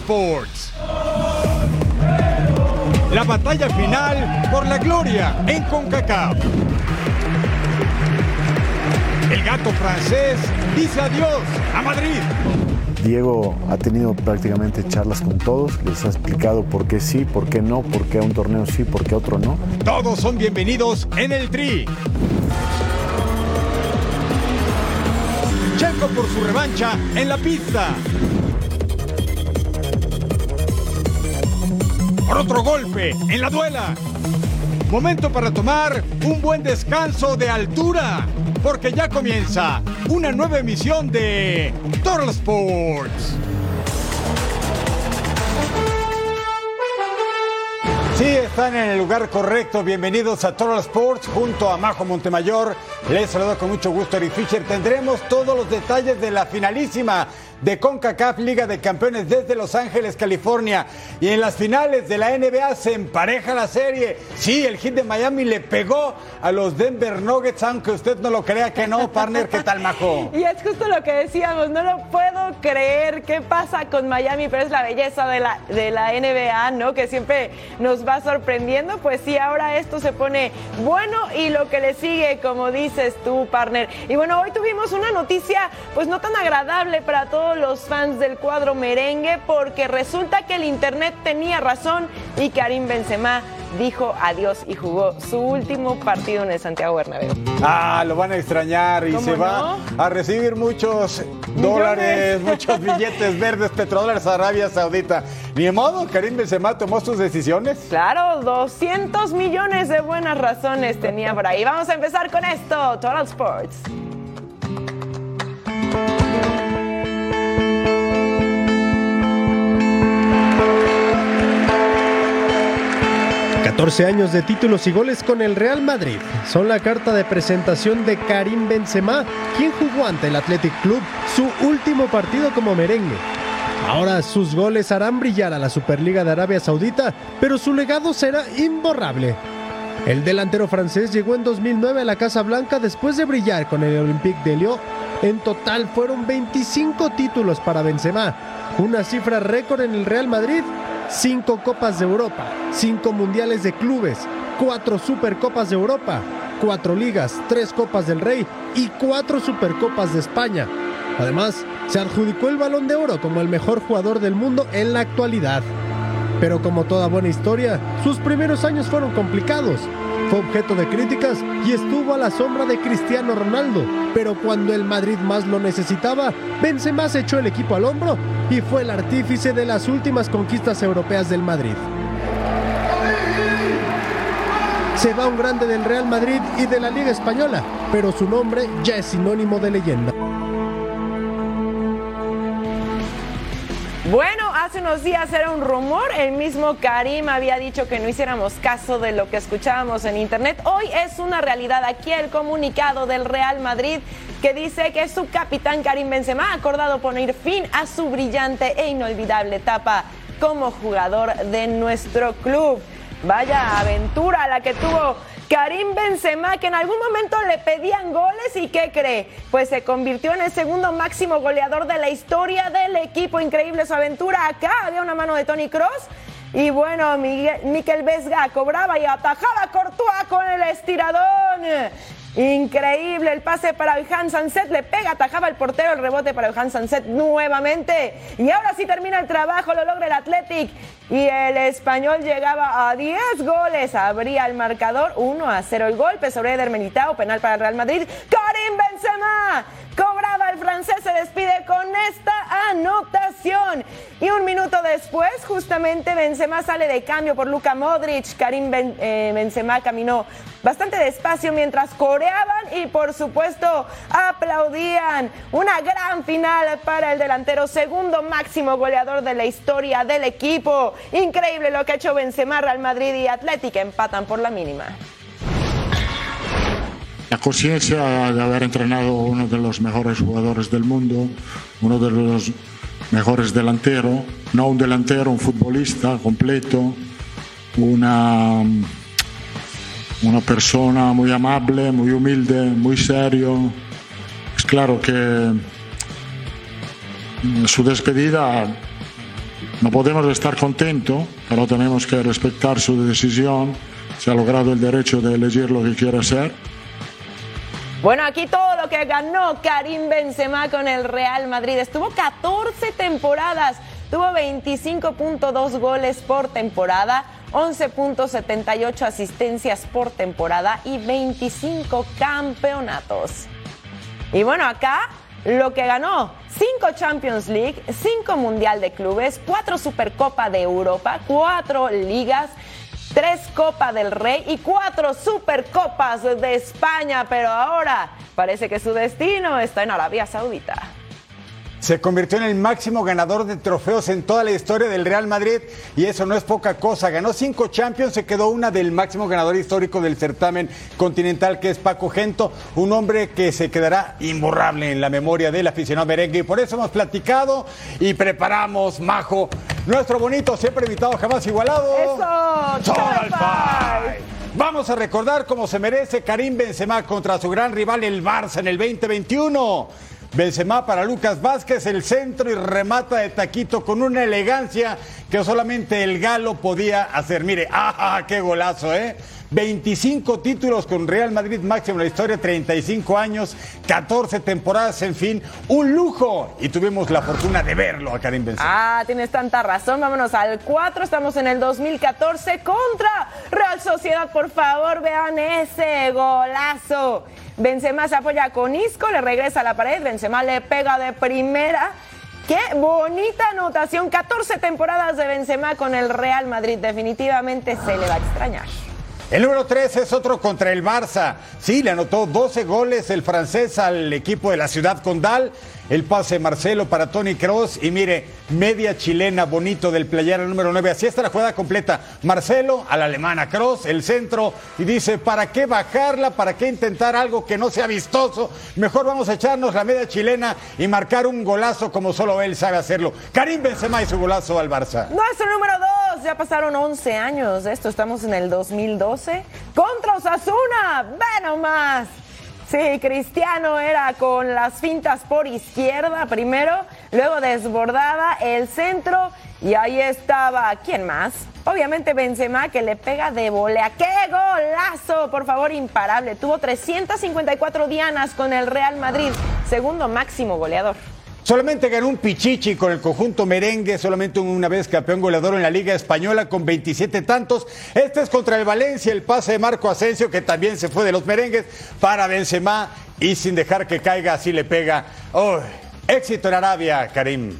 Sports. La batalla final por la gloria en CONCACAF. El gato francés dice adiós a Madrid. Diego ha tenido prácticamente charlas con todos, les ha explicado por qué sí, por qué no, por qué a un torneo sí, por qué a otro no. Todos son bienvenidos en el Tri. Checo por su revancha en la pista. Por otro golpe en la duela. Momento para tomar un buen descanso de altura, porque ya comienza una nueva emisión de Total Sports. Sí, están en el lugar correcto. Bienvenidos a Total Sports junto a Majo Montemayor. Les saludo con mucho gusto, Eric Fisher. Tendremos todos los detalles de la finalísima de CONCACAF Liga de Campeones desde Los Ángeles, California. Y en las finales de la NBA se empareja la serie. Sí, el Heat de Miami le pegó a los Denver Nuggets, aunque usted no lo crea que no, partner. ¿Qué tal, Majo? Y es justo lo que decíamos, no lo puedo creer. ¿Qué pasa con Miami? Pero es la belleza de la NBA, ¿no? Que siempre nos va sorprendiendo. Pues sí, ahora esto se pone bueno y lo que le sigue, como dices tú, partner. Y bueno, hoy tuvimos una noticia pues no tan agradable para todos los fans del cuadro merengue, porque resulta que el internet tenía razón y Karim Benzema dijo adiós y jugó su último partido en el Santiago Bernabéu. Lo van a extrañar y se va a recibir muchos dólares, muchos billetes verdes, petrodólares a Arabia Saudita. Ni de modo, Karim Benzema tomó sus decisiones. Claro, 200 millones de buenas razones tenía por ahí. Vamos a empezar con esto, Total Sports. Años de títulos y goles con el Real Madrid son la carta de presentación de Karim Benzema, quien jugó ante el Athletic Club su último partido como merengue. Ahora sus goles harán brillar a la Superliga de Arabia Saudita, pero su legado será imborrable. El delantero francés llegó en 2009 a la Casa Blanca después de brillar con el Olympique de Lyon. En total fueron 25 títulos para Benzema, una cifra récord en el Real Madrid. 5 Copas de Europa, 5 Mundiales de Clubes, 4 Supercopas de Europa, 4 Ligas, 3 Copas del Rey y 4 Supercopas de España. Además, se adjudicó el Balón de Oro como el mejor jugador del mundo en la actualidad. Pero como toda buena historia, sus primeros años fueron complicados. Fue objeto de críticas y estuvo a la sombra de Cristiano Ronaldo. Pero cuando el Madrid más lo necesitaba, Benzema se echó el equipo al hombro y fue el artífice de las últimas conquistas europeas del Madrid. Se va un grande del Real Madrid y de la Liga Española, pero su nombre ya es sinónimo de leyenda. Bueno, hace unos días era un rumor, el mismo Karim había dicho que no hiciéramos caso de lo que escuchábamos en internet. Hoy es una realidad. Aquí el comunicado del Real Madrid que dice que su capitán Karim Benzema ha acordado poner fin a su brillante e inolvidable etapa como jugador de nuestro club. Vaya aventura la que tuvo Karim Benzema, que en algún momento le pedían goles y ¿qué cree? Pues se convirtió en el segundo máximo goleador de la historia del equipo. Increíble su aventura. Acá había una mano de Toni Kroos y bueno, Mikel Vesga cobraba y atajaba Courtois con el estiradón. Increíble el pase para Johan Sanset, le pega, atajaba el portero, el rebote para Johan Sanset nuevamente. Y ahora sí termina el trabajo, lo logra el Athletic. Y el español llegaba a 10 goles, abría el marcador 1-0. El golpe sobre Eder Militao, penal para el Real Madrid. Karim Benzema cobraba, el francés se despide con esta anotación. Y un minuto después, justamente Benzema sale de cambio por Luka Modric. Karim Benzema caminó bastante despacio mientras coreaban y por supuesto aplaudían. Una gran final para el delantero, segundo máximo goleador de la historia del equipo. Increíble lo que ha hecho Benzema. Real Madrid y Athletic empatan por la mínima. La conciencia de haber entrenado uno de los mejores jugadores del mundo, uno de los mejores delanteros, no un delantero, un futbolista completo, una persona muy amable, muy humilde, muy serio. Es claro que su despedida No podemos estar contentos, pero tenemos que respetar su decisión. Se ha logrado el derecho de elegir lo que quiere hacer. Bueno, aquí todo lo que ganó Karim Benzema con el Real Madrid. Estuvo 14 temporadas, tuvo 25.2 goles por temporada, 11.78 asistencias por temporada y 25 campeonatos. Y bueno, acá lo que ganó: 5 Champions League, 5 Mundial de Clubes, 4 Supercopa de Europa, 4 Ligas, 3 Copa del Rey y 4 Supercopas de España. Pero ahora parece que su destino está en Arabia Saudita. Se convirtió en el máximo ganador de trofeos en toda la historia del Real Madrid y eso no es poca cosa. Ganó 5 Champions, se quedó una del máximo ganador histórico del certamen continental, que es Paco Gento, un hombre que se quedará imborrable en la memoria del aficionado merengue. Y por eso hemos platicado y preparamos, Majo, nuestro bonito, siempre invitado, jamás igualado. ¡Eso! Total Five. Vamos a recordar cómo se merece Karim Benzema contra su gran rival, el Barça, en el 2021. Benzema para Lucas Vázquez, el centro, y remata de taquito con una elegancia que solamente el Galo podía hacer. Mire, ¡ah, qué golazo, 25 títulos con Real Madrid, máximo en la historia, 35 años, 14 temporadas, en fin, un lujo. Y tuvimos la fortuna de verlo a Karim Benzema. Tienes tanta razón. Vámonos al 4, estamos en el 2014 contra Real Sociedad. Por favor, vean ese golazo. Benzema se apoya con Isco, le regresa a la pared, Benzema le pega de primera. ¡Qué bonita anotación! 14 temporadas de Benzema con el Real Madrid, definitivamente se le va a extrañar. El número 3 es otro contra el Barça. Sí, le anotó 12 goles el francés al equipo de la Ciudad Condal. El pase Marcelo para Toni Kroos y mire, media chilena bonito del playero número 9. Así está la jugada completa. Marcelo a la alemana, Kroos, el centro, y dice, ¿para qué bajarla? ¿Para qué intentar algo que no sea vistoso? Mejor vamos a echarnos la media chilena y marcar un golazo como solo él sabe hacerlo. Karim Benzema y su golazo al Barça. Nuestro número 2, ya pasaron 11 años de esto, estamos en el 2012. Contra Osasuna, ve nomás. Sí, Cristiano era con las fintas por izquierda primero, luego desbordaba el centro y ahí estaba, ¿quién más? Obviamente Benzema, que le pega de volea. ¡Qué golazo! Por favor, imparable. Tuvo 354 dianas con el Real Madrid, segundo máximo goleador. Solamente ganó un pichichi con el conjunto merengue, solamente una vez campeón goleador en la Liga Española con 27 tantos. Este es contra el Valencia, el pase de Marco Asensio, que también se fue de los merengues, para Benzema y sin dejar que caiga, así le pega. ¡Oh! Éxito en Arabia, Karim.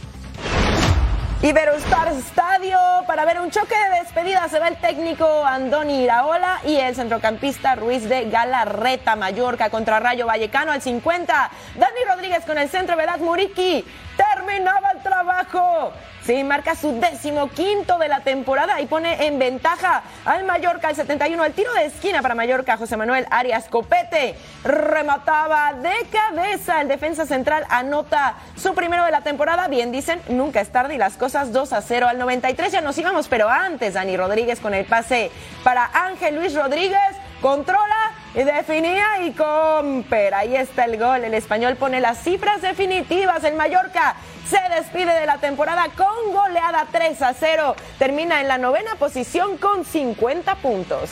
Iberostar Estadio, para ver un choque de despedida, se va el técnico Andoni Iraola y el centrocampista Ruiz de Galarreta. Mallorca contra Rayo Vallecano al 50. Dani Rodríguez con el centro, Vedat Muriqui terminaba el trabajo. Sí, marca su 15º de la temporada y pone en ventaja al Mallorca al 71. El tiro de esquina para Mallorca, José Manuel Arias Copete remataba de cabeza. El defensa central anota su primero de la temporada. Bien dicen, nunca es tarde, y las cosas 2-0 al 93. Ya nos íbamos, pero antes Dani Rodríguez con el pase para Ángel Luis Rodríguez. Controla y definía y Comper. Ahí está el gol. El español pone las cifras definitivas. El Mallorca se despide de la temporada con goleada 3-0. Termina en la 9ª posición con 50 puntos.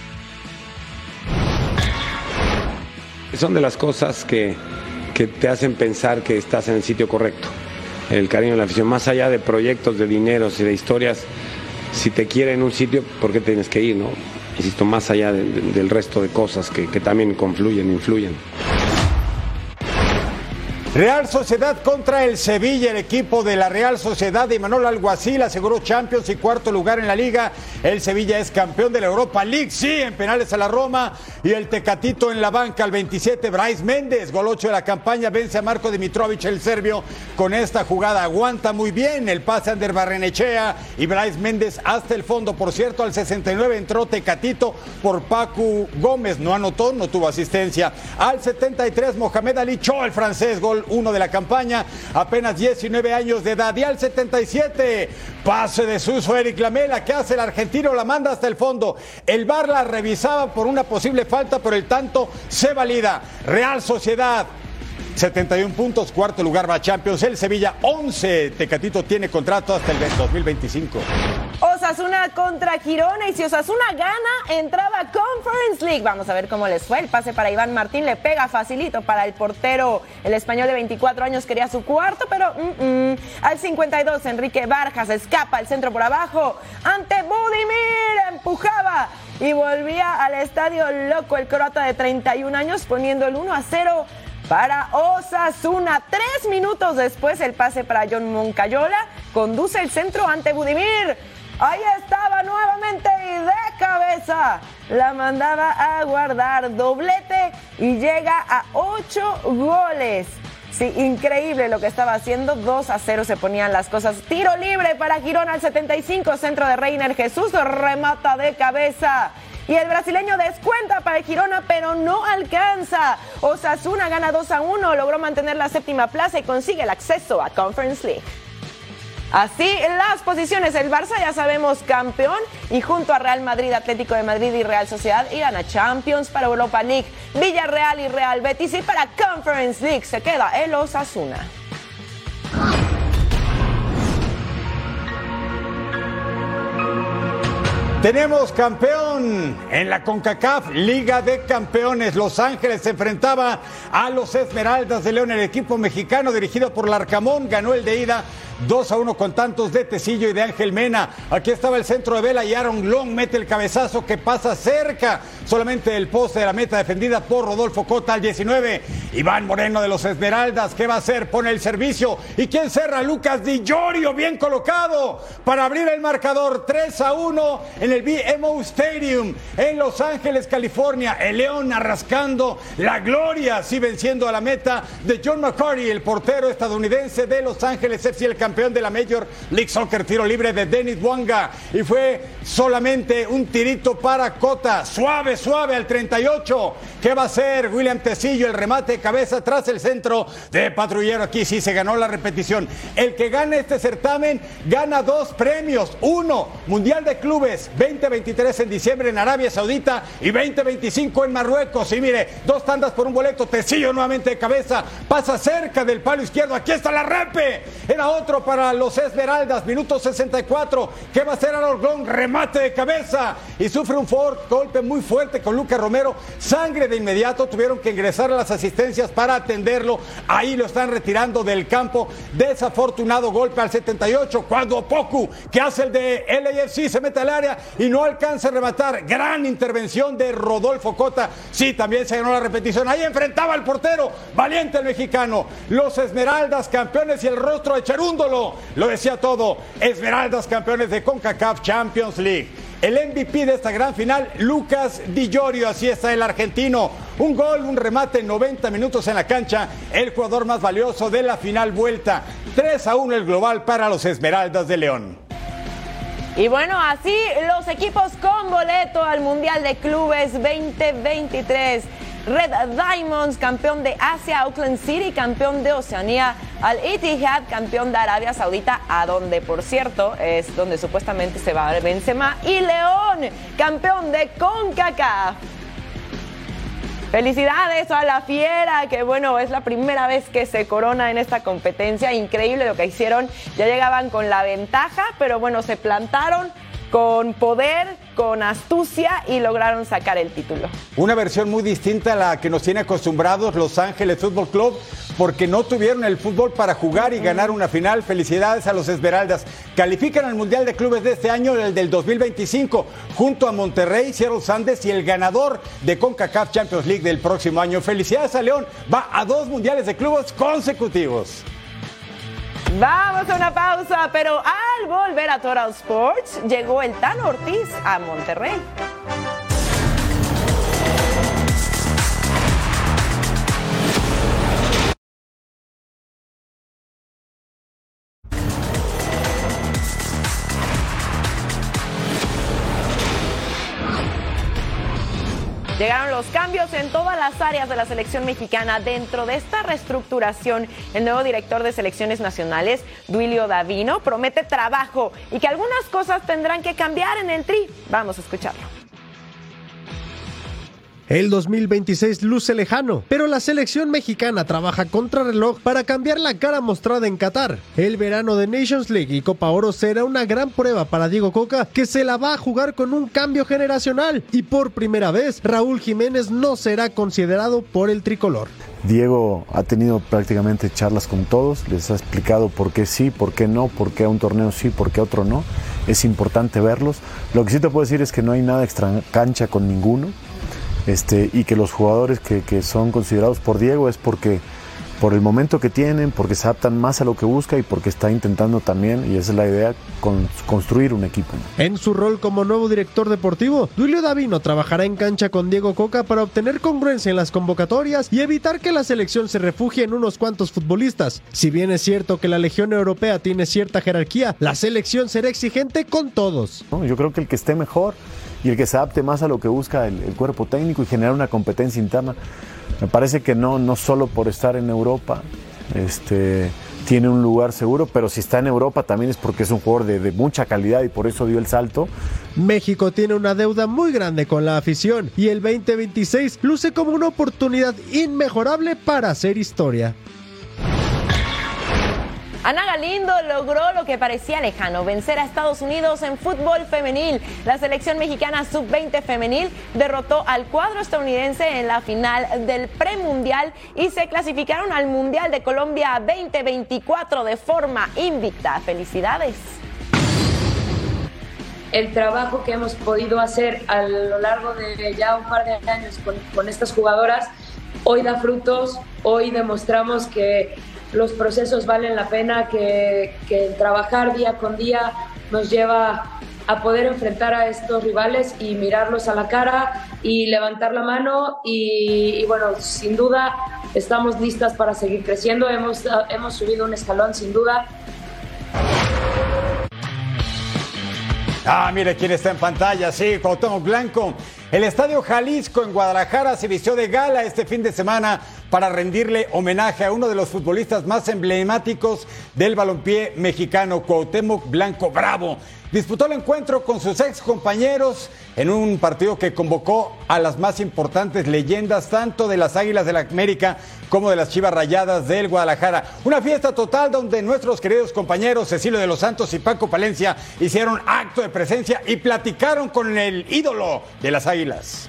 Son de las cosas que te hacen pensar que estás en el sitio correcto. El cariño de la afición, más allá de proyectos, de dineros y de historias, si te quiere en un sitio, ¿por qué tienes que ir, no? Insisto, más allá del resto de cosas que también confluyen, influyen. Real Sociedad contra el Sevilla. El equipo de la Real Sociedad de Imanol Alguacil aseguró Champions y cuarto lugar en la Liga. El Sevilla es campeón de la Europa League, sí, en penales a la Roma. Y el Tecatito en la banca al 27, Brais Méndez, gol 8 de la campaña, vence a Marko Dimitrovic, el serbio. Con esta jugada aguanta muy bien el pase a Ander Barrenechea y Brais Méndez hasta el fondo. Por cierto, al 69 entró Tecatito por Pacu Gómez, no anotó, no tuvo asistencia. Al 73, Mohamed Ali Cho, el francés, gol 1 de la campaña, apenas 19 años de edad. Y al 77, pase de Suso Eric Lamela, que hace el argentino, la manda hasta el fondo. El VAR la revisaba por una posible falta, pero el tanto se valida. Real Sociedad 71 puntos, cuarto lugar va a Champions. El Sevilla 11, Tecatito tiene contrato hasta el 2025. Osasuna contra Girona, y si Osasuna gana, entraba a Conference League. Vamos a ver cómo les fue. El pase para Iván Martín le pega facilito para el portero. El español de 24 años quería su cuarto, pero al 52 Enrique Barjas escapa el centro por abajo ante Budimir, empujaba y volvía al estadio loco el croata de 31 años poniendo el 1-0 para Osasuna. 3 minutos después el pase para John Moncayola, conduce el centro ante Budimir. Ahí estaba nuevamente y de cabeza la mandaba a guardar, doblete y llega a 8 goles. Sí, increíble lo que estaba haciendo. 2-0 se ponían las cosas. Tiro libre para Girona al 75, centro de Reiner Jesús, remata de cabeza. Y el brasileño descuenta para el Girona, pero no alcanza. Osasuna gana 2-1, logró mantener la séptima plaza y consigue el acceso a Conference League. Así las posiciones, el Barça ya sabemos campeón y junto a Real Madrid, Atlético de Madrid y Real Sociedad irán a Champions, para Europa League, Villarreal y Real Betis, y para Conference League se queda el Osasuna. Tenemos campeón en la CONCACAF Liga de Campeones. Los Ángeles se enfrentaba a los Esmeraldas de León. El equipo mexicano dirigido por Larcamón ganó el de ida 2-1 con tantos de Tecillo y de Ángel Mena. Aquí estaba el centro de Vela y Aaron Long mete el cabezazo que pasa cerca solamente el poste de la meta, defendida por Rodolfo Cota al 19. Iván Moreno de los Esmeraldas, ¿qué va a hacer? Pone el servicio. ¿Y quién cerra? Lucas Di Llorio, bien colocado para abrir el marcador. 3-1 en el BMO Stadium en Los Ángeles, California. El León arrascando la gloria, sí, venciendo a la meta de John McCarty, el portero estadounidense de Los Ángeles FC, el campeón de la Major League Soccer. Tiro libre de Denis Bouanga y fue solamente un tirito para Cota. Suave al 38. ¿Qué va a hacer William Tecillo? El remate de cabeza tras el centro de Patrullero. Aquí sí se ganó la repetición. El que gane este certamen gana 2 premios. 1, Mundial de Clubes 2023 en diciembre en Arabia Saudita y 2025 en Marruecos. Y mire, 2 tandas por un boleto. Tecillo nuevamente de cabeza, pasa cerca del palo izquierdo. Aquí está la repe. Era otro para los Esmeraldas. Minuto 64. ¿Qué va a hacer Aaron Long? Remate de cabeza y sufre un golpe muy fuerte con Lucas Romero. Sangre de inmediato. Tuvieron que ingresar a las asistencias para atenderlo. Ahí lo están retirando del campo. Desafortunado golpe al 78 cuando Opoku, que hace el de LAFC, se mete al área y no alcanza a rematar. Gran intervención de Rodolfo Cota. Sí, también se ganó la repetición. Ahí enfrentaba al portero. Valiente el mexicano. Los Esmeraldas campeones y el rostro de Cherúndolo lo decía todo. Esmeraldas campeones de CONCACAF Champions League. El MVP de esta gran final, Lucas Di Llorio, así está el argentino. Un gol, un remate en 90 minutos en la cancha. El jugador más valioso de la final vuelta. 3-1 el global para los Esmeraldas de León. Y bueno, así los equipos con boleto al Mundial de Clubes 2023. Red Diamonds, campeón de Asia, Auckland City, campeón de Oceanía, Al Ittihad, campeón de Arabia Saudita, a donde, por cierto, es donde supuestamente se va a ver Benzema, y León, campeón de CONCACAF. Felicidades a la Fiera, que bueno, es la primera vez que se corona en esta competencia. Increíble lo que hicieron, ya llegaban con la ventaja, pero bueno, se plantaron con poder, con astucia y lograron sacar el título. Una versión muy distinta a la que nos tiene acostumbrados Los Ángeles Fútbol Club, porque no tuvieron el fútbol para jugar y ganar una final. Felicidades a los Esmeraldas. Califican al Mundial de Clubes de este año, el del 2025, junto a Monterrey, Seattle Sounders y el ganador de CONCACAF Champions League del próximo año. Felicidades a León, va a 2 Mundiales de Clubes consecutivos. Vamos a una pausa, pero al volver a Total Sports, llegó el Tano Ortiz a Monterrey. Llegaron los cambios en todas las áreas de la selección mexicana. Dentro de esta reestructuración, el nuevo director de selecciones nacionales, Duilio Davino, promete trabajo y que algunas cosas tendrán que cambiar en el Tri. Vamos a escucharlo. El 2026 luce lejano, pero la selección mexicana trabaja contrarreloj para cambiar la cara mostrada en Qatar. El verano de Nations League y Copa Oro será una gran prueba para Diego Coca, que se la va a jugar con un cambio generacional, y por primera vez Raúl Jiménez no será considerado por el tricolor. Diego ha tenido prácticamente charlas con todos, les ha explicado por qué sí, por qué no, por qué a un torneo sí, por qué a otro no. Es importante verlos. Lo que sí te puedo decir es que no hay nada extra cancha con ninguno, y que los jugadores que son considerados por Diego es porque por el momento que tienen, porque se adaptan más a lo que busca y porque está intentando también, y esa es la idea, construir un equipo. En su rol como nuevo director deportivo, Duilio Davino trabajará en cancha con Diego Coca para obtener congruencia en las convocatorias y evitar que la selección se refugie en unos cuantos futbolistas. Si bien es cierto que la Legión Europea tiene cierta jerarquía, la selección será exigente con todos. Yo creo que el que esté mejor y el que se adapte más a lo que busca el cuerpo técnico y generar una competencia interna, me parece que no solo por estar en Europa tiene un lugar seguro, pero si está en Europa también es porque es un jugador de mucha calidad y por eso dio el salto. México tiene una deuda muy grande con la afición y el 2026 luce como una oportunidad inmejorable para hacer historia. Ana Galindo logró lo que parecía lejano, vencer a Estados Unidos en fútbol femenil. La selección mexicana sub-20 femenil derrotó al cuadro estadounidense en la final del premundial y se clasificaron al Mundial de Colombia 2024 de forma invicta. ¡Felicidades! El trabajo que hemos podido hacer a lo largo de ya un par de años con estas jugadoras hoy da frutos, hoy demostramos que los procesos valen la pena, que el trabajar día con día nos lleva a poder enfrentar a estos rivales y mirarlos a la cara y levantar la mano y bueno, sin duda estamos listas para seguir creciendo, hemos subido un escalón sin duda. Mire quién está en pantalla, sí, Cuauhtémoc Blanco. El Estadio Jalisco en Guadalajara se vistió de gala este fin de semana para rendirle homenaje a uno de los futbolistas más emblemáticos del balompié mexicano, Cuauhtémoc Blanco Bravo. Disputó el encuentro con sus ex compañeros en un partido que convocó a las más importantes leyendas tanto de las Águilas del América como de las Chivas Rayadas del Guadalajara. Una fiesta total donde nuestros queridos compañeros Cecilio de los Santos y Paco Palencia hicieron acto de presencia y platicaron con el ídolo de las Águilas.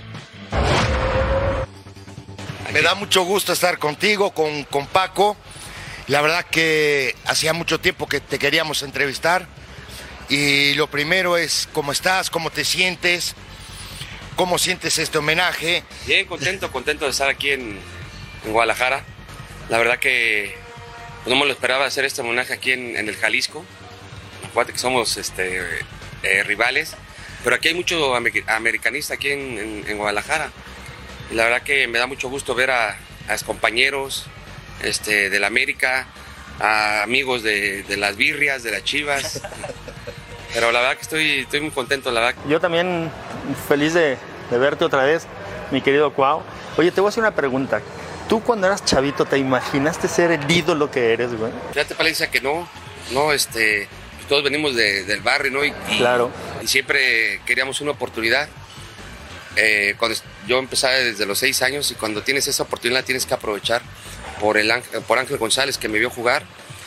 Me da mucho gusto estar contigo, con Paco. La verdad que hacía mucho tiempo que te queríamos entrevistar. Y lo primero es cómo estás, cómo te sientes, cómo sientes este homenaje. Bien, contento de estar aquí en Guadalajara. La verdad que no me lo esperaba hacer este homenaje aquí en el Jalisco. Acuérdate que somos rivales, pero aquí hay mucho americanista aquí en Guadalajara. Y la verdad que me da mucho gusto ver a compañeros del América, a amigos de las birrias, de las Chivas. Pero la verdad que estoy muy contento, la verdad. Yo también feliz de verte otra vez, mi querido Cuau. Oye, te voy a hacer una pregunta. ¿Tú cuando eras chavito te imaginaste ser el ídolo que eres, güey? Fíjate, Palencia, que no, todos venimos del barrio, ¿no? Y claro. Y siempre queríamos una oportunidad. Cuando yo empecé desde los 6 años y cuando tienes esa oportunidad tienes que aprovechar. Por Ángel González, que me vio jugar,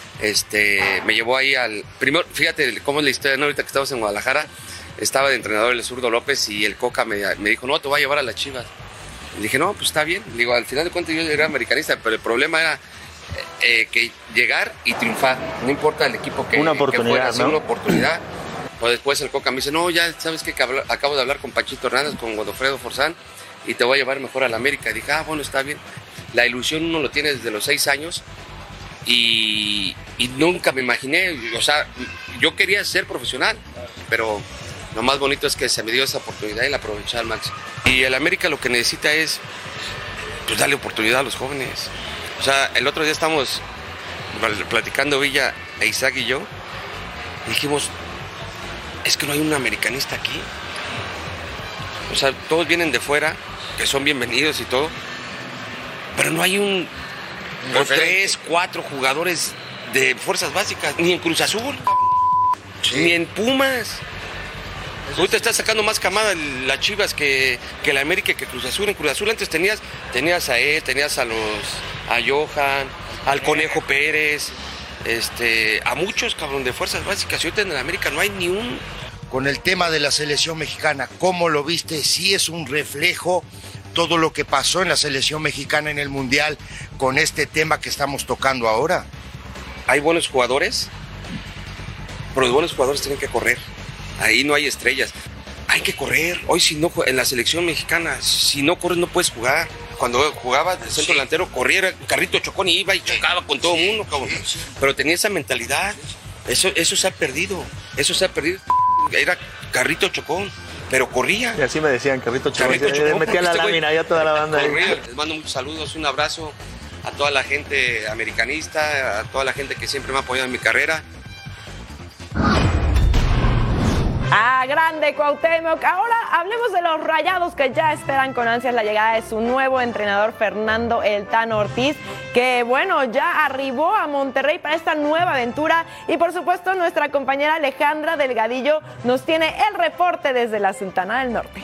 me llevó ahí primero, fíjate cómo es la historia, ¿no? Ahorita que estamos en Guadalajara, estaba de entrenador el Zurdo López y el Coca me dijo, no, te voy a llevar a las Chivas. Y dije, no, pues está bien. Digo, al final de cuentas yo era americanista, pero el problema era que llegar y triunfar, no importa el equipo que fuera, hacer una oportunidad. Pues después el Coca me dice, no, ya sabes que acabo de hablar con Panchito Hernández, con Godofredo Forzán, y te voy a llevar mejor a la América. Y dije, bueno, está bien. La ilusión uno lo tiene desde los 6 años y nunca me imaginé, o sea, yo quería ser profesional, pero lo más bonito es que se me dio esa oportunidad y la aproveché al máximo. Y el América lo que necesita es, pues, darle oportunidad a los jóvenes. O sea, el otro día estamos platicando Villa, Isaac y yo, y dijimos, es que no hay un americanista aquí. O sea, todos vienen de fuera, que son bienvenidos y todo, pero no hay 3, 4 jugadores de fuerzas básicas, ni en Cruz Azul, ni en Pumas. Ahorita está sacando más camada las Chivas que la América y que Cruz Azul. En Cruz Azul antes tenías a él, tenías a Johan, al Conejo Pérez, a muchos, cabrón, de fuerzas básicas. Y ahorita en el América no hay ni un... Con el tema de la selección mexicana, ¿cómo lo viste? ¿Sí es un reflejo todo lo que pasó en la selección mexicana en el Mundial con este tema que estamos tocando ahora? Hay buenos jugadores, pero los buenos jugadores tienen que correr. Ahí no hay estrellas. Hay que correr. Hoy si no, en la selección mexicana, si no corres no puedes jugar. Cuando jugaba de centro delantero, corría, Carrito Chocón y iba y chocaba con todo el mundo, cabrón. Pero tenía esa mentalidad. Eso se ha perdido. Era Carrito Chocón, pero corría. Y así me decían, Carrito Chocón. Metía la lámina ya toda la banda. Corría. Les mando muchos saludos, un abrazo a toda la gente americanista, a toda la gente que siempre me ha apoyado en mi carrera. Grande Cuauhtémoc. Ahora hablemos de los Rayados, que ya esperan con ansias la llegada de su nuevo entrenador Fernando El Tano Ortiz, que bueno, ya arribó a Monterrey para esta nueva aventura. Y por supuesto nuestra compañera Alejandra Delgadillo nos tiene el reporte desde la Sultana del Norte.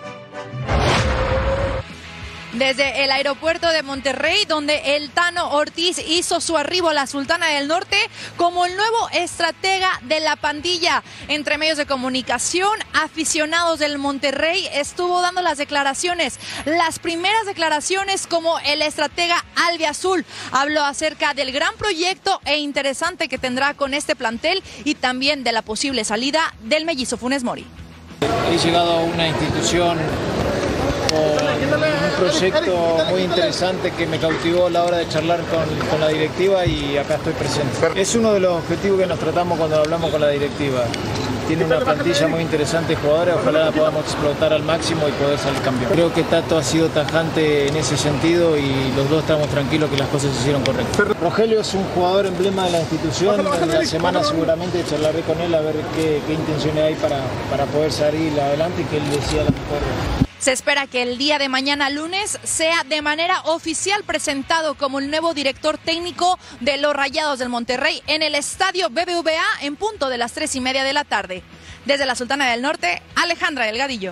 Desde el aeropuerto de Monterrey, donde El Tano Ortiz hizo su arribo a la Sultana del Norte como el nuevo estratega de la pandilla. Entre medios de comunicación, aficionados del Monterrey, estuvo dando las declaraciones. Las primeras declaraciones como el estratega albiazul. Habló acerca del gran proyecto e interesante que tendrá con este plantel y también de la posible salida del mellizo Funes Mori. He llegado a una institución con un proyecto muy interesante que me cautivó a la hora de charlar con la directiva y acá estoy presente. Es uno de los objetivos que nos tratamos cuando hablamos con la directiva. Tiene una plantilla muy interesante de jugadores, ojalá la podamos explotar al máximo y poder salir campeón. Creo que Tato ha sido tajante en ese sentido y los dos estamos tranquilos que las cosas se hicieron correctas. Rogelio es un jugador emblema de la institución, en la semana seguramente charlaré con él a ver qué intenciones hay para poder salir adelante y que él decida la mejor. Se espera que el día de mañana lunes sea de manera oficial presentado como el nuevo director técnico de los Rayados del Monterrey en el estadio BBVA en punto de las 3:30 de la tarde. Desde la Sultana del Norte, Alejandra Delgadillo.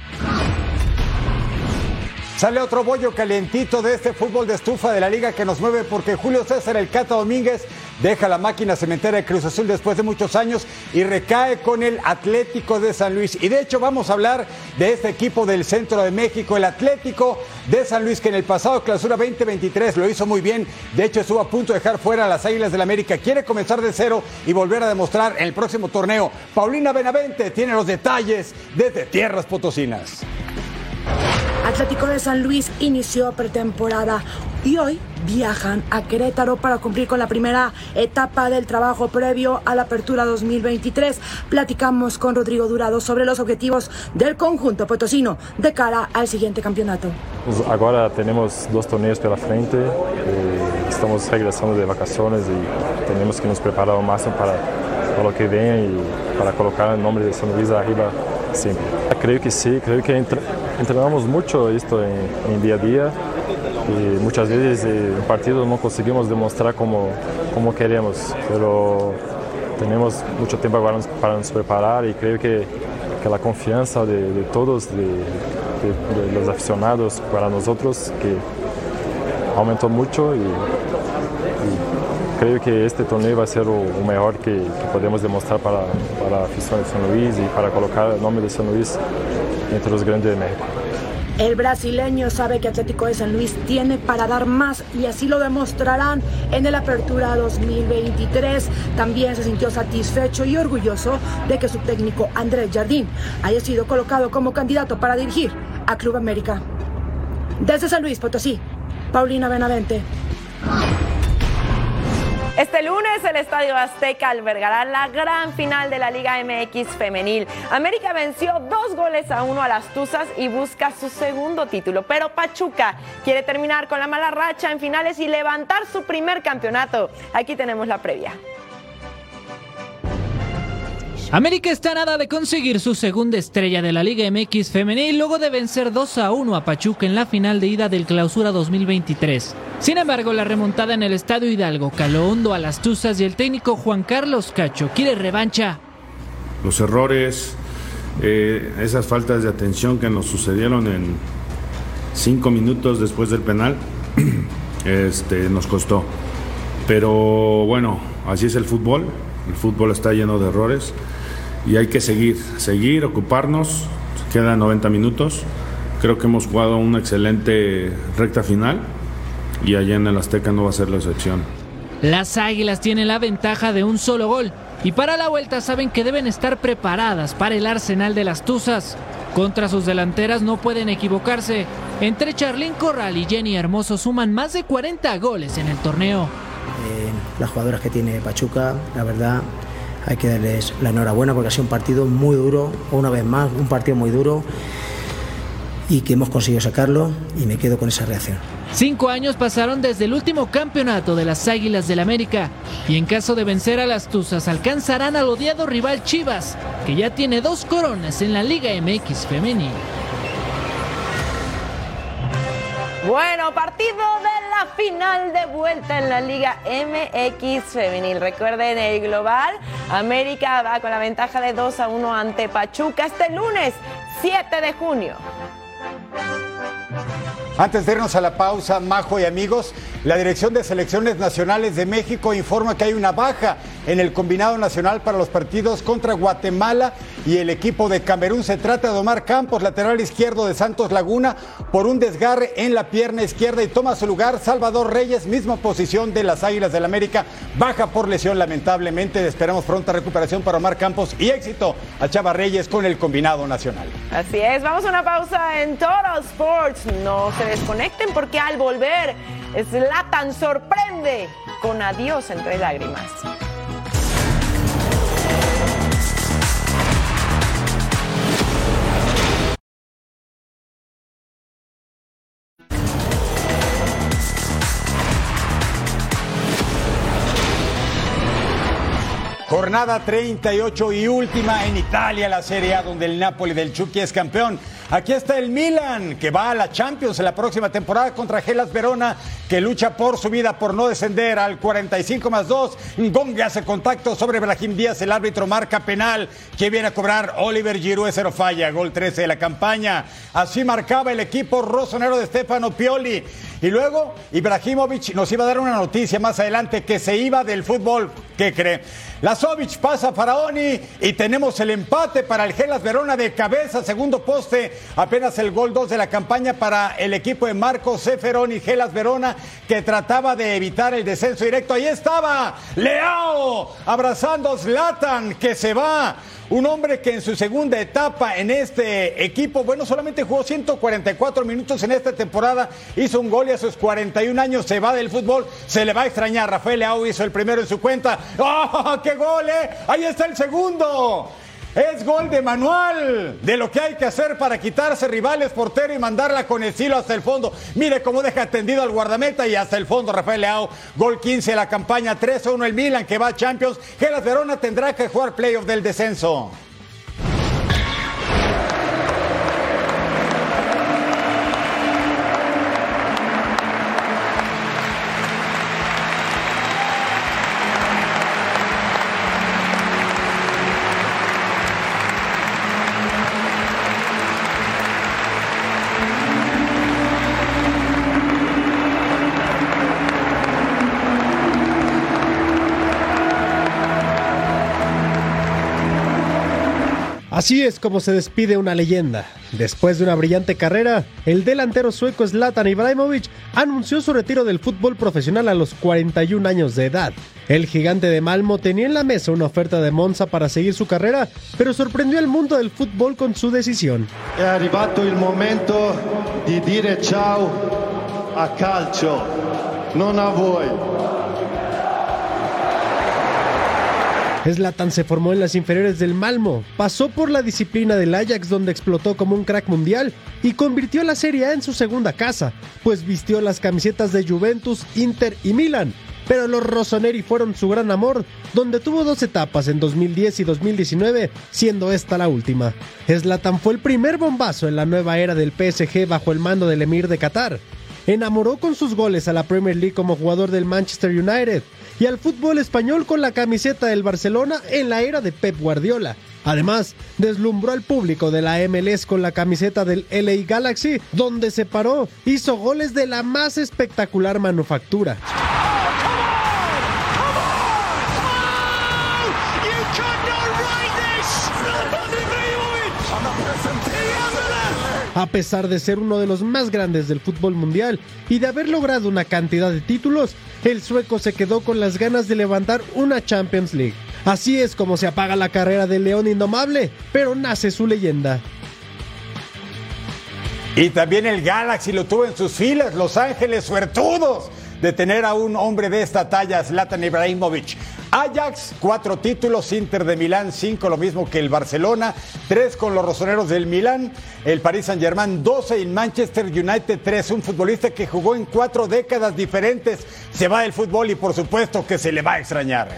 Sale otro bollo calientito de este fútbol de estufa de la liga que nos mueve, porque Julio César El Cata Domínguez deja la máquina cementera de Cruz Azul después de muchos años y recae con el Atlético de San Luis. Y de hecho vamos a hablar de este equipo del centro de México, el Atlético de San Luis, que en el pasado Clausura 2023 lo hizo muy bien. De hecho estuvo a punto de dejar fuera a las Águilas del América. Quiere comenzar de cero y volver a demostrar en el próximo torneo. Paulina Benavente tiene los detalles desde Tierras Potosinas. Atlético de San Luis inició pretemporada y hoy viajan a Querétaro para cumplir con la primera etapa del trabajo previo a la apertura 2023. Platicamos con Rodrigo Durado sobre los objetivos del conjunto potosino de cara al siguiente campeonato. Pues ahora tenemos 2 torneos pela frente, estamos regresando de vacaciones y tenemos que nos preparar al máximo para lo que viene y para colocar el nombre de San Luis arriba siempre. Creo que sí, creo que entrenamos mucho esto en día a día y muchas veces en un partido no conseguimos demostrar como queremos, pero tenemos mucho tiempo para nos preparar y creo que la confianza de todos, de los aficionados para nosotros, que aumentó mucho y creo que este torneo va a ser lo mejor que podemos demostrar para la afición de San Luis y para colocar el nombre de San Luis entre los grandes de México. El brasileño sabe que Atlético de San Luis tiene para dar más y así lo demostrarán en el Apertura 2023. También se sintió satisfecho y orgulloso de que su técnico Andrés Jardín haya sido colocado como candidato para dirigir a Club América. Desde San Luis Potosí, Paulina Benavente. Este lunes el Estadio Azteca albergará la gran final de la Liga MX femenil. América venció 2-1 a las Tuzas y busca su segundo título, pero Pachuca quiere terminar con la mala racha en finales y levantar su primer campeonato. Aquí tenemos la previa. América está a nada de conseguir su segunda estrella de la Liga MX femenil luego de vencer 2-1 a Pachuca en la final de ida del Clausura 2023. Sin embargo, la remontada en el Estadio Hidalgo caló hondo a las Tuzas y el técnico Juan Carlos Cacho quiere revancha. Los errores esas faltas de atención que nos sucedieron en 5 minutos después del penal, nos costó. Pero bueno, así es el fútbol está lleno de errores y hay que seguir, ocuparnos. Quedan 90 minutos, creo que hemos jugado una excelente recta final y allá en el Azteca no va a ser la excepción. Las Águilas tienen la ventaja de un solo gol y para la vuelta saben que deben estar preparadas para el arsenal de las Tuzas. Contra sus delanteras no pueden equivocarse. Entre Charlín Corral y Jenny Hermoso suman más de 40 goles en el torneo. Las jugadoras que tiene Pachuca, la verdad, hay que darles la enhorabuena porque ha sido un partido muy duro, una vez más, un partido muy duro y que hemos conseguido sacarlo y me quedo con esa reacción. 5 años pasaron desde el último campeonato de las Águilas del América y en caso de vencer a las Tuzas alcanzarán al odiado rival Chivas, que ya tiene 2 coronas en la Liga MX femenil. Bueno, partido de la final de vuelta en la Liga MX femenil. Recuerden el global, América va con la ventaja de 2-1 ante Pachuca este lunes 7 de junio. Antes de irnos a la pausa, Majo y amigos, la Dirección de Selecciones Nacionales de México informa que hay una baja en el combinado nacional para los partidos contra Guatemala y el equipo de Camerún. Se trata de Omar Campos, lateral izquierdo de Santos Laguna, por un desgarre en la pierna izquierda y toma su lugar Salvador Reyes, misma posición de las Águilas del América, baja por lesión lamentablemente. Esperamos pronta recuperación para Omar Campos y éxito a Chava Reyes con el combinado nacional. Así es, vamos a una pausa en Total Sports. No se desconecten porque al volver Zlatan sorprende con adiós entre lágrimas. Jornada 38 y última en Italia, la Serie A, donde el Napoli del Chucky es campeón. Aquí está el Milan, que va a la Champions en la próxima temporada contra Hellas Verona, que lucha por su vida por no descender. Al 45+2, Gongue hace contacto sobre Brahim Díaz, el árbitro marca penal, que viene a cobrar Oliver Giroud, ese no falla, gol 13 de la campaña. Así marcaba el equipo rosonero de Stefano Pioli. Y luego Ibrahimovic nos iba a dar una noticia más adelante, que se iba del fútbol. ¿Qué cree? Lazovic pasa a Faraoni y tenemos el empate para el Hellas Verona de cabeza, segundo poste, apenas el gol 2 de la campaña para el equipo de Marco Zeffironi, Hellas Verona, que trataba de evitar el descenso directo. Ahí estaba Leao abrazando a Zlatan, que se va. Un hombre que en su segunda etapa en este equipo, bueno, solamente jugó 144 minutos en esta temporada, hizo un gol y a sus 41 años se va del fútbol. Se le va a extrañar. Rafael Leao hizo el primero en su cuenta. ¡Oh, qué gol, Ahí está el segundo. Es gol de manual, de lo que hay que hacer para quitarse rivales, portero, y mandarla con estilo hasta el fondo. Mire cómo deja tendido al guardameta y hasta el fondo Rafael Leao. Gol 15 de la campaña, 3-1 el Milan, que va a Champions. Hellas Verona tendrá que jugar playoff del descenso. Así es como se despide una leyenda. Después de una brillante carrera, el delantero sueco Zlatan Ibrahimovic anunció su retiro del fútbol profesional a los 41 años de edad. El gigante de Malmo tenía en la mesa una oferta de Monza para seguir su carrera, pero sorprendió al mundo del fútbol con su decisión. È arrivato il momento di dire ciao a calcio, non a voi. Zlatan se formó en las inferiores del Malmo, pasó por la disciplina del Ajax, donde explotó como un crack mundial y convirtió la Serie A en su segunda casa, pues vistió las camisetas de Juventus, Inter y Milan. Pero los rossoneri fueron su gran amor, donde tuvo 2 etapas en 2010 y 2019, siendo esta la última. Zlatan fue el primer bombazo en la nueva era del PSG bajo el mando del emir de Qatar. Enamoró con sus goles a la Premier League como jugador del Manchester United y al fútbol español con la camiseta del Barcelona en la era de Pep Guardiola. Además, deslumbró al público de la MLS con la camiseta del LA Galaxy, donde se paró, hizo goles de la más espectacular manufactura. A pesar de ser uno de los más grandes del fútbol mundial y de haber logrado una cantidad de títulos, el sueco se quedó con las ganas de levantar una Champions League. Así es como se apaga la carrera del león indomable, pero nace su leyenda. Y también el Galaxy lo tuvo en sus filas, Los Ángeles suertudos de tener a un hombre de esta talla, Zlatan Ibrahimovic. Ajax, 4 títulos, Inter de Milán, 5, lo mismo que el Barcelona, 3 con los rosoneros del Milán, el Paris Saint-Germain, 12 y Manchester United, 3. Un futbolista que jugó en 4 décadas diferentes, se va del fútbol y por supuesto que se le va a extrañar.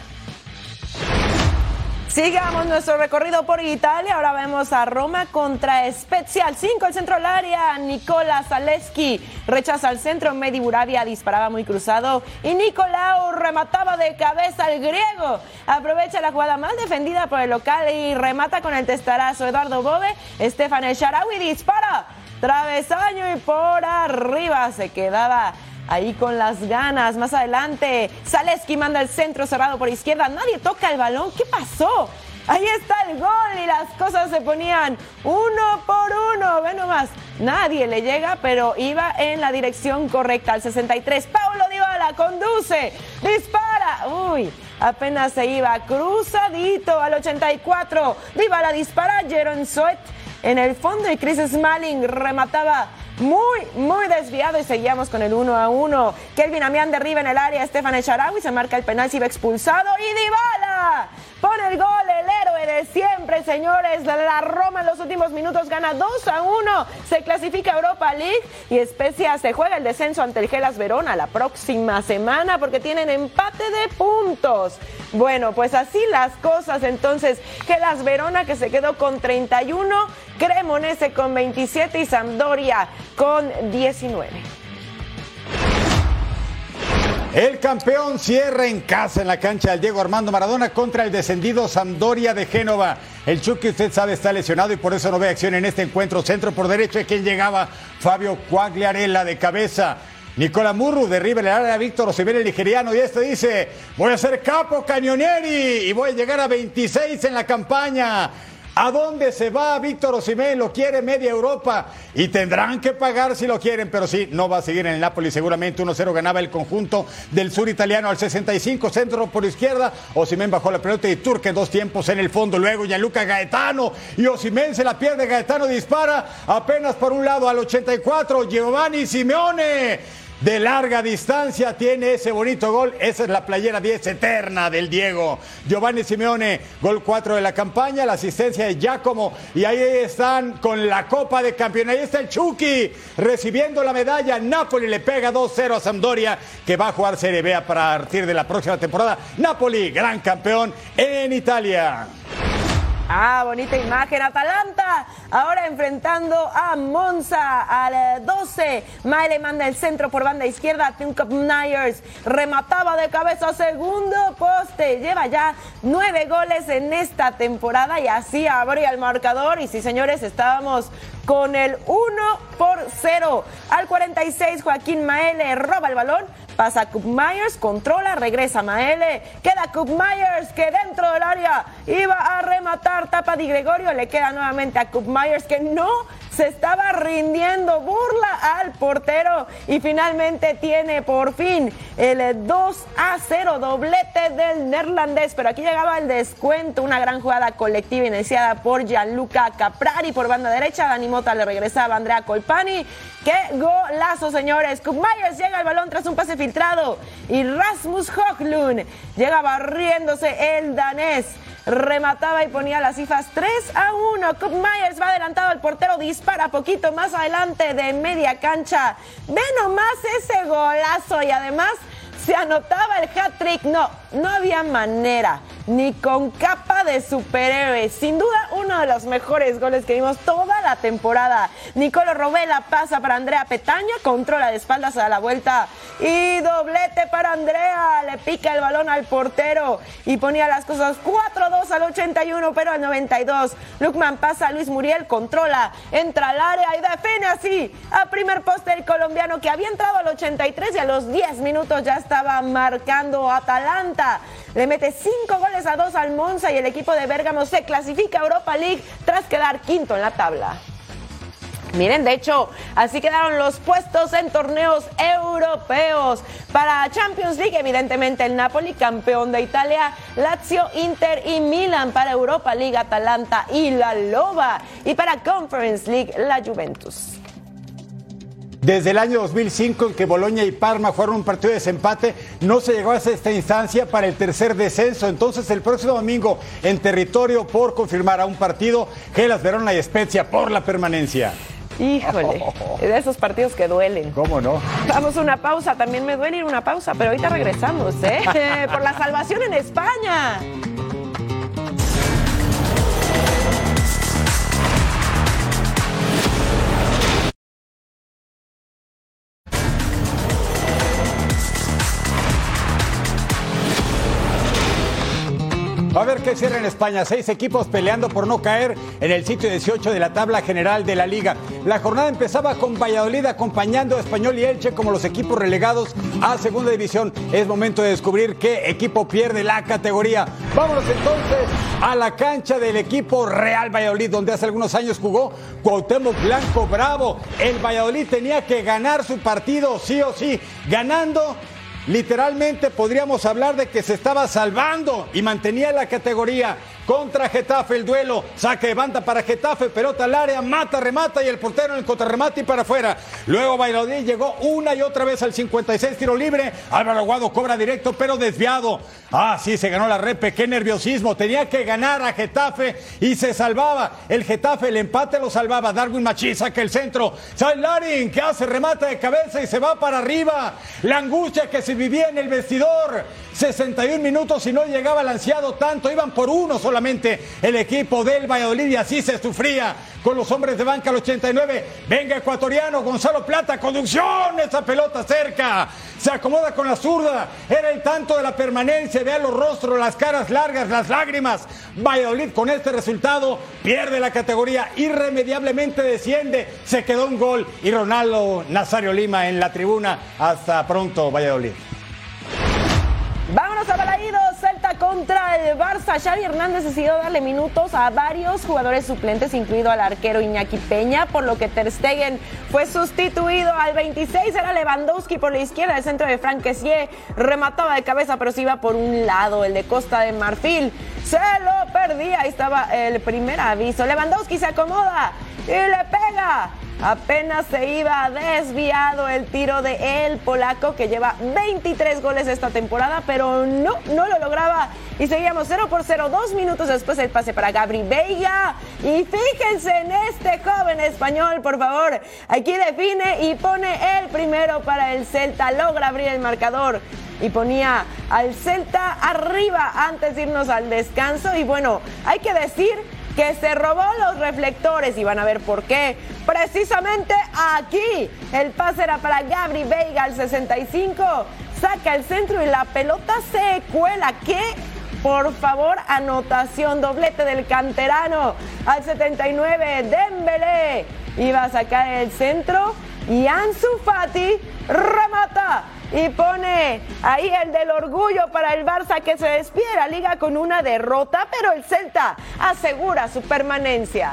Sigamos nuestro recorrido por Italia. Ahora vemos a Roma contra Spezia. Al 5, el centro del área. Nicola Zalewski rechaza al centro. Mehdi Bourabia disparaba muy cruzado. Y Nicolau remataba de cabeza al griego. Aprovecha la jugada mal defendida por el local y remata con el testarazo. Eduardo Bove. Stefan El Shaarawy dispara. Travesaño y por arriba se quedaba ahí con las ganas. Más adelante, Zalewski manda el centro cerrado por izquierda. Nadie toca el balón. ¿Qué pasó? Ahí está el gol y las cosas se ponían 1-1. Ve nomás, nadie le llega, pero iba en la dirección correcta. Al 63, Paulo Dybala conduce, dispara. Uy, apenas se iba cruzadito. Al 84, Dybala dispara. Jeroen Zoet en el fondo y Chris Smalling remataba muy desviado y seguíamos con el 1-1. Kelvin Amián derriba en el área a Stefan El Shaarawy, se marca el penal, se iba expulsado y Dybala pone el gol, el héroe de siempre, señores. La Roma en los últimos minutos gana 2-1, se clasifica a Europa League y Spezia se juega el descenso ante el Hellas Verona la próxima semana porque tienen empate de puntos. Bueno, pues así las cosas. Entonces, Hellas Verona que se quedó con 31, Cremonese con 27 y Sampdoria con 19. El campeón cierra en casa en la cancha del Diego Armando Maradona contra el descendido Sampdoria de Génova. El Chucky, usted sabe, está lesionado y por eso no ve acción en este encuentro. Centro por derecha, quien llegaba, Fabio Quagliarella de cabeza. Nicola Murru derriba el área a Víctor Osimhen, el nigeriano, y este dice: voy a ser capo Cañonieri y voy a llegar a 26 en la campaña. ¿A dónde se va Víctor Osimhen? Lo quiere media Europa y tendrán que pagar si lo quieren, pero sí, no va a seguir en el Napoli seguramente. 1-0 ganaba el conjunto del sur italiano. Al 65, centro por izquierda, Osimhen bajó la pelota y Turque 2 tiempos en el fondo. Luego Gianluca Gaetano y Osimhen se la pierde. Gaetano dispara apenas por un lado. Al 84, Giovanni Simeone de larga distancia tiene ese bonito gol. Esa es la playera 10 eterna del Diego. Giovanni Simeone, gol 4 de la campaña, la asistencia de Giacomo. Y ahí están con la Copa de Campeones. Ahí está el Chucky recibiendo la medalla. Napoli le pega 2-0 a Sampdoria, que va a jugar Serie B a partir de la próxima temporada. Napoli, gran campeón en Italia. Bonita imagen. Atalanta ahora enfrentando a Monza al 12. Maele manda el centro por banda izquierda. Tim Myers remataba de cabeza, segundo poste. Lleva ya 9 goles en esta temporada y así abría el marcador. Y sí, señores, estábamos con el 1-0. Al 46, Joaquín Maele roba el balón, pasa a Cup Myers, controla, regresa Maele, queda Cup Myers que dentro del área iba a rematar, tapa Di Gregorio, le queda nuevamente a Cup Myers que no se estaba rindiendo, burla al portero y finalmente tiene por fin el 2-0, doblete del neerlandés. Pero aquí llegaba el descuento, una gran jugada colectiva iniciada por Gianluca Caprari por banda derecha. Dani Mota le regresaba a Andrea Colpani. ¡Qué golazo, señores! Cup Myers llega al balón tras un pase filtrado y Rasmus Højlund llega barriéndose, el danés remataba y ponía las cifras 3-1. Cup Myers va adelantado al portero, dispara poquito más adelante de media cancha. Ve nomás ese golazo y además se anotaba el hat-trick. No había manera ni con capa de superhéroe. Sin duda, uno de los mejores goles que vimos toda la temporada. Nicolo Robela pasa para Andrea Petagna, controla de espaldas a la vuelta y doblete para Andrea. Le pica el balón al portero y ponía las cosas 4-2 al 81, pero al 92. Lukman pasa a Luis Muriel, controla, entra al área y define así a primer poste el colombiano, que había entrado al 83 y a los 10 minutos ya estaba marcando Atalanta. Le mete 5-2 al Monza y el equipo de Bérgamo se clasifica a Europa League tras quedar quinto en la tabla. Miren, de hecho, así quedaron los puestos en torneos europeos. Para Champions League, evidentemente, el Napoli, campeón de Italia, Lazio, Inter y Milan. Para Europa League, Atalanta y la Loba. Y para Conference League, la Juventus. Desde el año 2005, en que Boloña y Parma jugaron un partido de desempate, no se llegó a esta instancia para el tercer descenso. Entonces, el próximo domingo, en territorio por confirmar a un partido, Hellas Verona y Spezia por la permanencia. Híjole, de esos partidos que duelen. ¿Cómo no? Vamos a una pausa, también me duele ir a una pausa, pero ahorita regresamos, por la salvación en España. A ver qué cierra en España. 6 equipos peleando por no caer en el sitio 18 de la tabla general de la Liga. La jornada empezaba con Valladolid acompañando a Español y Elche como los equipos relegados a segunda división. Es momento de descubrir qué equipo pierde la categoría. Vámonos entonces a la cancha del equipo Real Valladolid, donde hace algunos años jugó Cuauhtémoc Blanco Bravo. El Valladolid tenía que ganar su partido sí o sí. Ganando, literalmente podríamos hablar de que se estaba salvando y mantenía la categoría. Contra Getafe el duelo, saque de banda para Getafe, pelota al área, mata, remata y el portero en el contrarremate y para afuera. Luego Valladolid llegó una y otra vez al 56, tiro libre. Álvaro Aguado cobra directo pero desviado. Sí, se ganó la repe, qué nerviosismo. Tenía que ganar a Getafe y se salvaba. El Getafe, el empate lo salvaba. Darwin Machís saca el centro. Larin, que hace, remata de cabeza y se va para arriba. La angustia que se vivía en el vestidor. 61 minutos y no llegaba el ansiado tanto. Iban por uno solamente el equipo del Valladolid y así se sufría con los hombres de banca al 89. Venga ecuatoriano, Gonzalo Plata, conducción, esa pelota cerca. Se acomoda con la zurda. Era el tanto de la permanencia. Vean los rostros, las caras largas, las lágrimas. Valladolid con este resultado pierde la categoría. Irremediablemente desciende. Se quedó un gol. Y Ronaldo Nazario Lima en la tribuna. Hasta pronto, Valladolid. Vámonos a Balaídos, Celta contra el Barça. Xavi Hernández decidió darle minutos a varios jugadores suplentes, incluido al arquero Iñaki Peña, por lo que Ter Stegen fue sustituido. Al 26 era Lewandowski por la izquierda, el centro de Franck Kessié remataba de cabeza, pero se iba por un lado, el de Costa de Marfil. Se lo perdía, ahí estaba el primer aviso. Lewandowski se acomoda y le pega. Apenas se iba desviado el tiro de el polaco, que lleva 23 goles esta temporada, pero no lo lograba. Y seguíamos 0-0. 2 minutos después el pase para Gabri Veiga. Y fíjense en este joven español, por favor. Aquí define y pone el primero para el Celta. Logra abrir el marcador y ponía al Celta arriba antes de irnos al descanso. Y bueno, hay que decir que se robó los reflectores y van a ver por qué. Precisamente aquí el pase era para Gabri Veiga al 65, saca el centro y la pelota se cuela. ¿Qué? Por favor, anotación, doblete del canterano al 79. Dembélé iba a sacar el centro y Ansu Fati remata y pone ahí el del orgullo para el Barça, que se despide de la liga con una derrota, pero el Celta asegura su permanencia.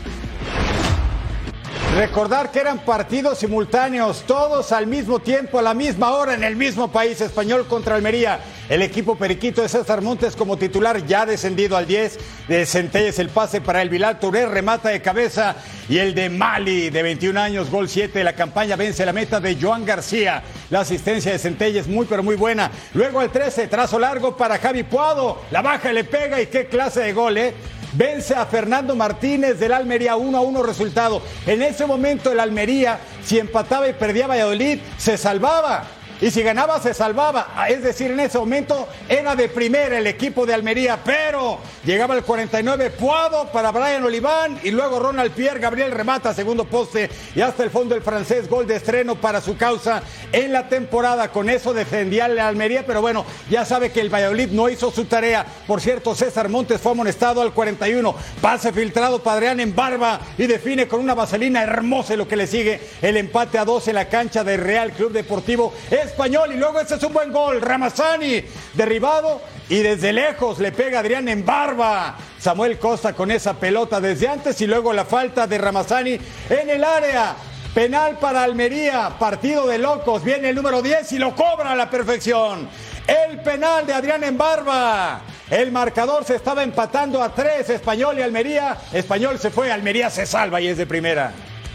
Recordar que eran partidos simultáneos, todos al mismo tiempo, a la misma hora, en el mismo país. Español contra Almería. El equipo periquito de César Montes como titular, ya descendido al 10. De Centelles el pase para el Bilal Touré, remata de cabeza. Y el de Mali, de 21 años, gol 7 de la campaña, vence la meta de Joan García. La asistencia de Centelles muy pero muy buena. Luego el 13, trazo largo para Javi Puado. La baja, le pega y qué clase de gol, Vence a Fernando Martínez del Almería, 1-1 resultado. En ese momento el Almería, si empataba y perdía Valladolid, se salvaba. y si ganaba se salvaba. Es decir, en ese momento era de primera el equipo de Almería, pero llegaba el 49 Puado para Brian Oliván y luego Ronald Pierre, Gabriel remata segundo poste y hasta el fondo el francés, gol de estreno para su causa en la temporada. Con eso defendía la Almería, pero bueno, ya sabe que el Valladolid no hizo su tarea. Por cierto, César Montes fue amonestado al 41, pase filtrado para Adrián en barba y define con una vaselina hermosa. Lo que le sigue el empate a 2 en la cancha del Real Club Deportivo Español. Y luego ese es un buen gol, Ramazani derribado y desde lejos le pega a Adrián en barba. Samuel Costa con esa pelota desde antes y luego la falta de Ramazani en el área. Penal para Almería, partido de locos, viene el número 10 y lo cobra a la perfección. El penal de Adrián en barba. El marcador se estaba empatando a 3, Español y Almería. Español se fue, Almería se salva y es de primera.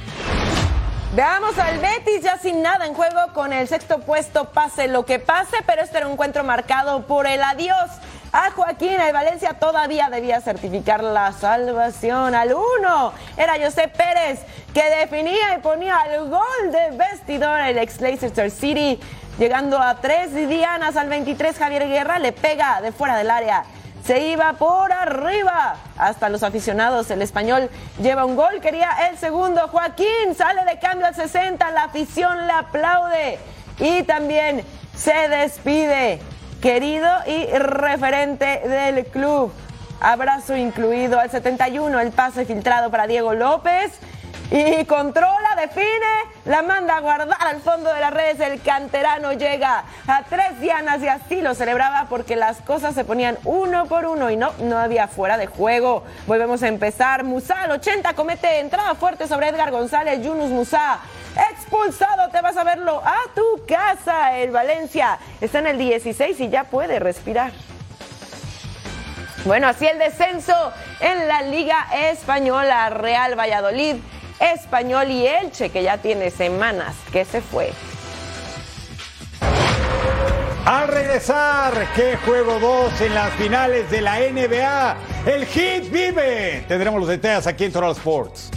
Veamos al Betis ya sin nada en juego con el sexto puesto, pase lo que pase, pero este era un encuentro marcado por el adiós a Joaquín. El Valencia todavía debía certificar la salvación. Al 1 era José Pérez que definía y ponía el gol de vestidor el ex Leicester City. Llegando a 3 dianas al 23, Javier Guerra le pega de fuera del área. Se iba por arriba. Hasta los aficionados, el Español lleva un gol, quería el segundo. Joaquín sale de cambio al 60, la afición le aplaude. Y también se despide, querido y referente del club. Abrazo incluido al 71, el pase filtrado para Diego López. Y controla, define, la manda a guardar al fondo de las redes. El canterano llega a 3 dianas y así lo celebraba porque las cosas se ponían 1 por 1 y no había fuera de juego. Volvemos a empezar. Musá al 80 comete entrada fuerte sobre Edgar González. Yunus Musá expulsado, te vas a verlo a tu casa. El Valencia está en el 16 y ya puede respirar. Bueno, así el descenso en la Liga Española. Real Valladolid, Español y Elche, que ya tiene semanas que se fue. Al regresar, ¿qué juego 2 en las finales de la NBA? El Heat vive. Tendremos los detalles aquí en Total Sports.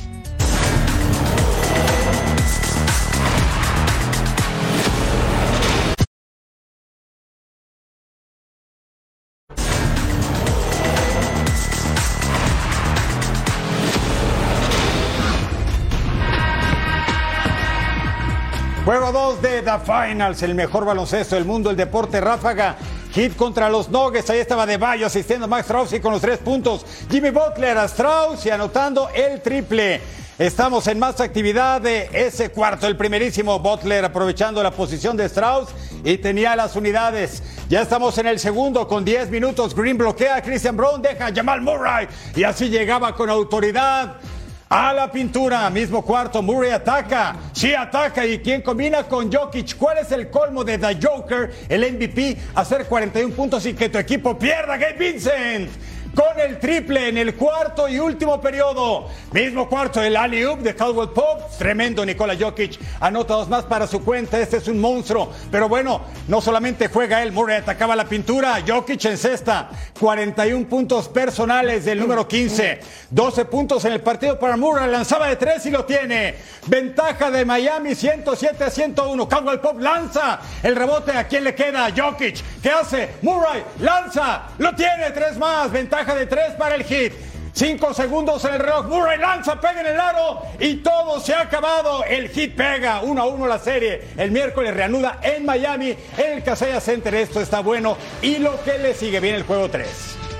Juego 2 de The Finals, el mejor baloncesto del mundo, el deporte ráfaga. Heat contra los Nuggets, ahí estaba Adebayo asistiendo a Max Strauss con los 3 puntos. Jimmy Butler a Strauss y anotando el triple. Estamos en más actividad de ese cuarto. El primerísimo Butler aprovechando la posición de Strauss y tenía las unidades. Ya estamos en el segundo con 10 minutos. Green bloquea a Christian Brown, deja a Jamal Murray y así llegaba con autoridad a la pintura. Mismo cuarto, Murray ataca. Sí, ataca. ¿Y quién combina con Jokic? ¿Cuál es el colmo de The Joker, el MVP? Hacer 41 puntos y que tu equipo pierda. Gabe Vincent con el triple en el cuarto y último periodo. Mismo cuarto, el alley-oop de Caldwell Pope. Tremendo, Nikola Jokic. Anota 2 más para su cuenta. Este es un monstruo. Pero bueno, no solamente juega él. Murray atacaba la pintura. Jokic en cesta. 41 puntos personales del número 15. 12 puntos en el partido para Murray. Lanzaba de 3 y lo tiene. Ventaja de Miami, 107-101. Caldwell Pope lanza el rebote. ¿A quién le queda? Jokic. ¿Qué hace? Murray lanza. Lo tiene. 3 más. Ventaja de 3 para el Heat. 5 segundos en el reloj. Murray lanza, pega en el aro y todo se ha acabado. El Heat pega 1-1 la serie. El miércoles reanuda en Miami, en el Kaseya Center. Esto está bueno. Y lo que le sigue, viene el juego 3.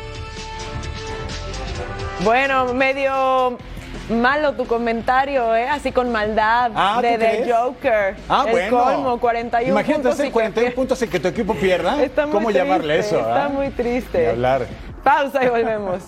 Bueno, medio malo tu comentario, así con maldad de The Joker. El bueno. Colmo, 41 Imagínate puntos. Hacer 41 puntos en que tu equipo pierda. Está muy ¿Cómo triste, llamarle eso? Está muy triste. Ni hablar. Pausa y volvemos.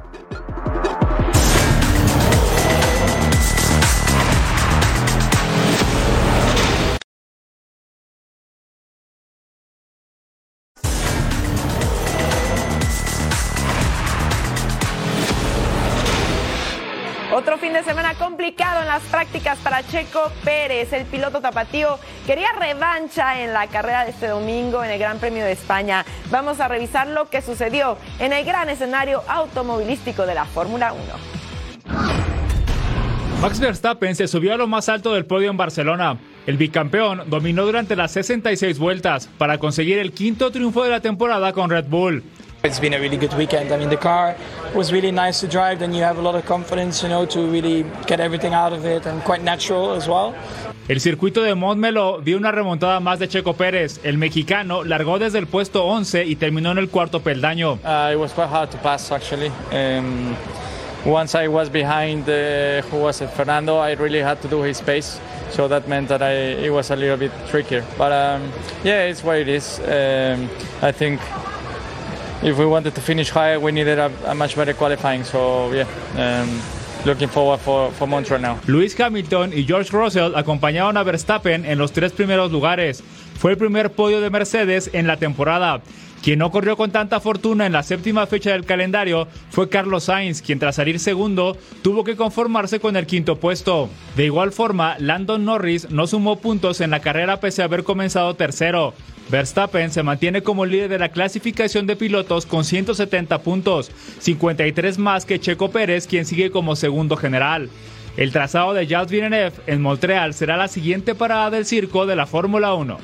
Otro fin de semana complicado en las prácticas para Checo Pérez. El piloto tapatío quería revancha en la carrera de este domingo en el Gran Premio de España. Vamos a revisar lo que sucedió en el gran escenario automovilístico de la Fórmula 1. Max Verstappen se subió a lo más alto del podio en Barcelona. El bicampeón dominó durante las 66 vueltas para conseguir el quinto triunfo de la temporada con Red Bull. It's been a really good weekend. I mean, the car was really nice to drive. Then you have a lot of confidence, to really get everything out of it and quite natural as well. El circuito de Montmeló vio una remontada más de Checo Pérez. El mexicano largó desde el puesto 11 y terminó en el cuarto peldaño. It was quite hard to pass, actually. Once I was behind, who was it, Fernando, I really had to do his pace. So that meant that it was a little bit trickier. But yeah, it's what it is. I think if we wanted to finish higher, we needed a much better qualifying. So yeah, looking forward for Montreal now. Lewis Hamilton y George Russell acompañaron a Verstappen en los 3 primeros lugares. Fue el primer podio de Mercedes en la temporada. Quien no corrió con tanta fortuna en la 7ª fecha del calendario fue Carlos Sainz, quien tras salir segundo tuvo que conformarse con el 5º puesto. De igual forma, Lando Norris no sumó puntos en la carrera pese a haber comenzado tercero. Verstappen se mantiene como líder de la clasificación de pilotos con 170 puntos, 53 más que Checo Pérez, quien sigue como segundo general. El trazado de Charles Villeneuve en Montreal será la siguiente parada del circo de la Fórmula 1.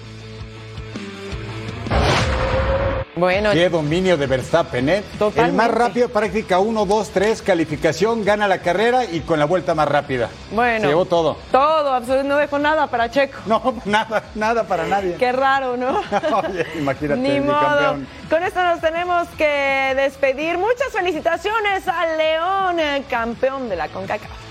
Bueno, qué dominio de Verstappen, ¿eh? Totalmente. El más rápido, práctica 1, 2, 3, calificación, gana la carrera y con la vuelta más rápida. Bueno. Se llevó todo. Todo, absolutamente, no dejó nada para Checo. No, nada para nadie. Qué raro, ¿no? Oye, imagínate, Ni modo. campeón. Con esto nos tenemos que despedir. Muchas felicitaciones al León, campeón de la CONCACAF.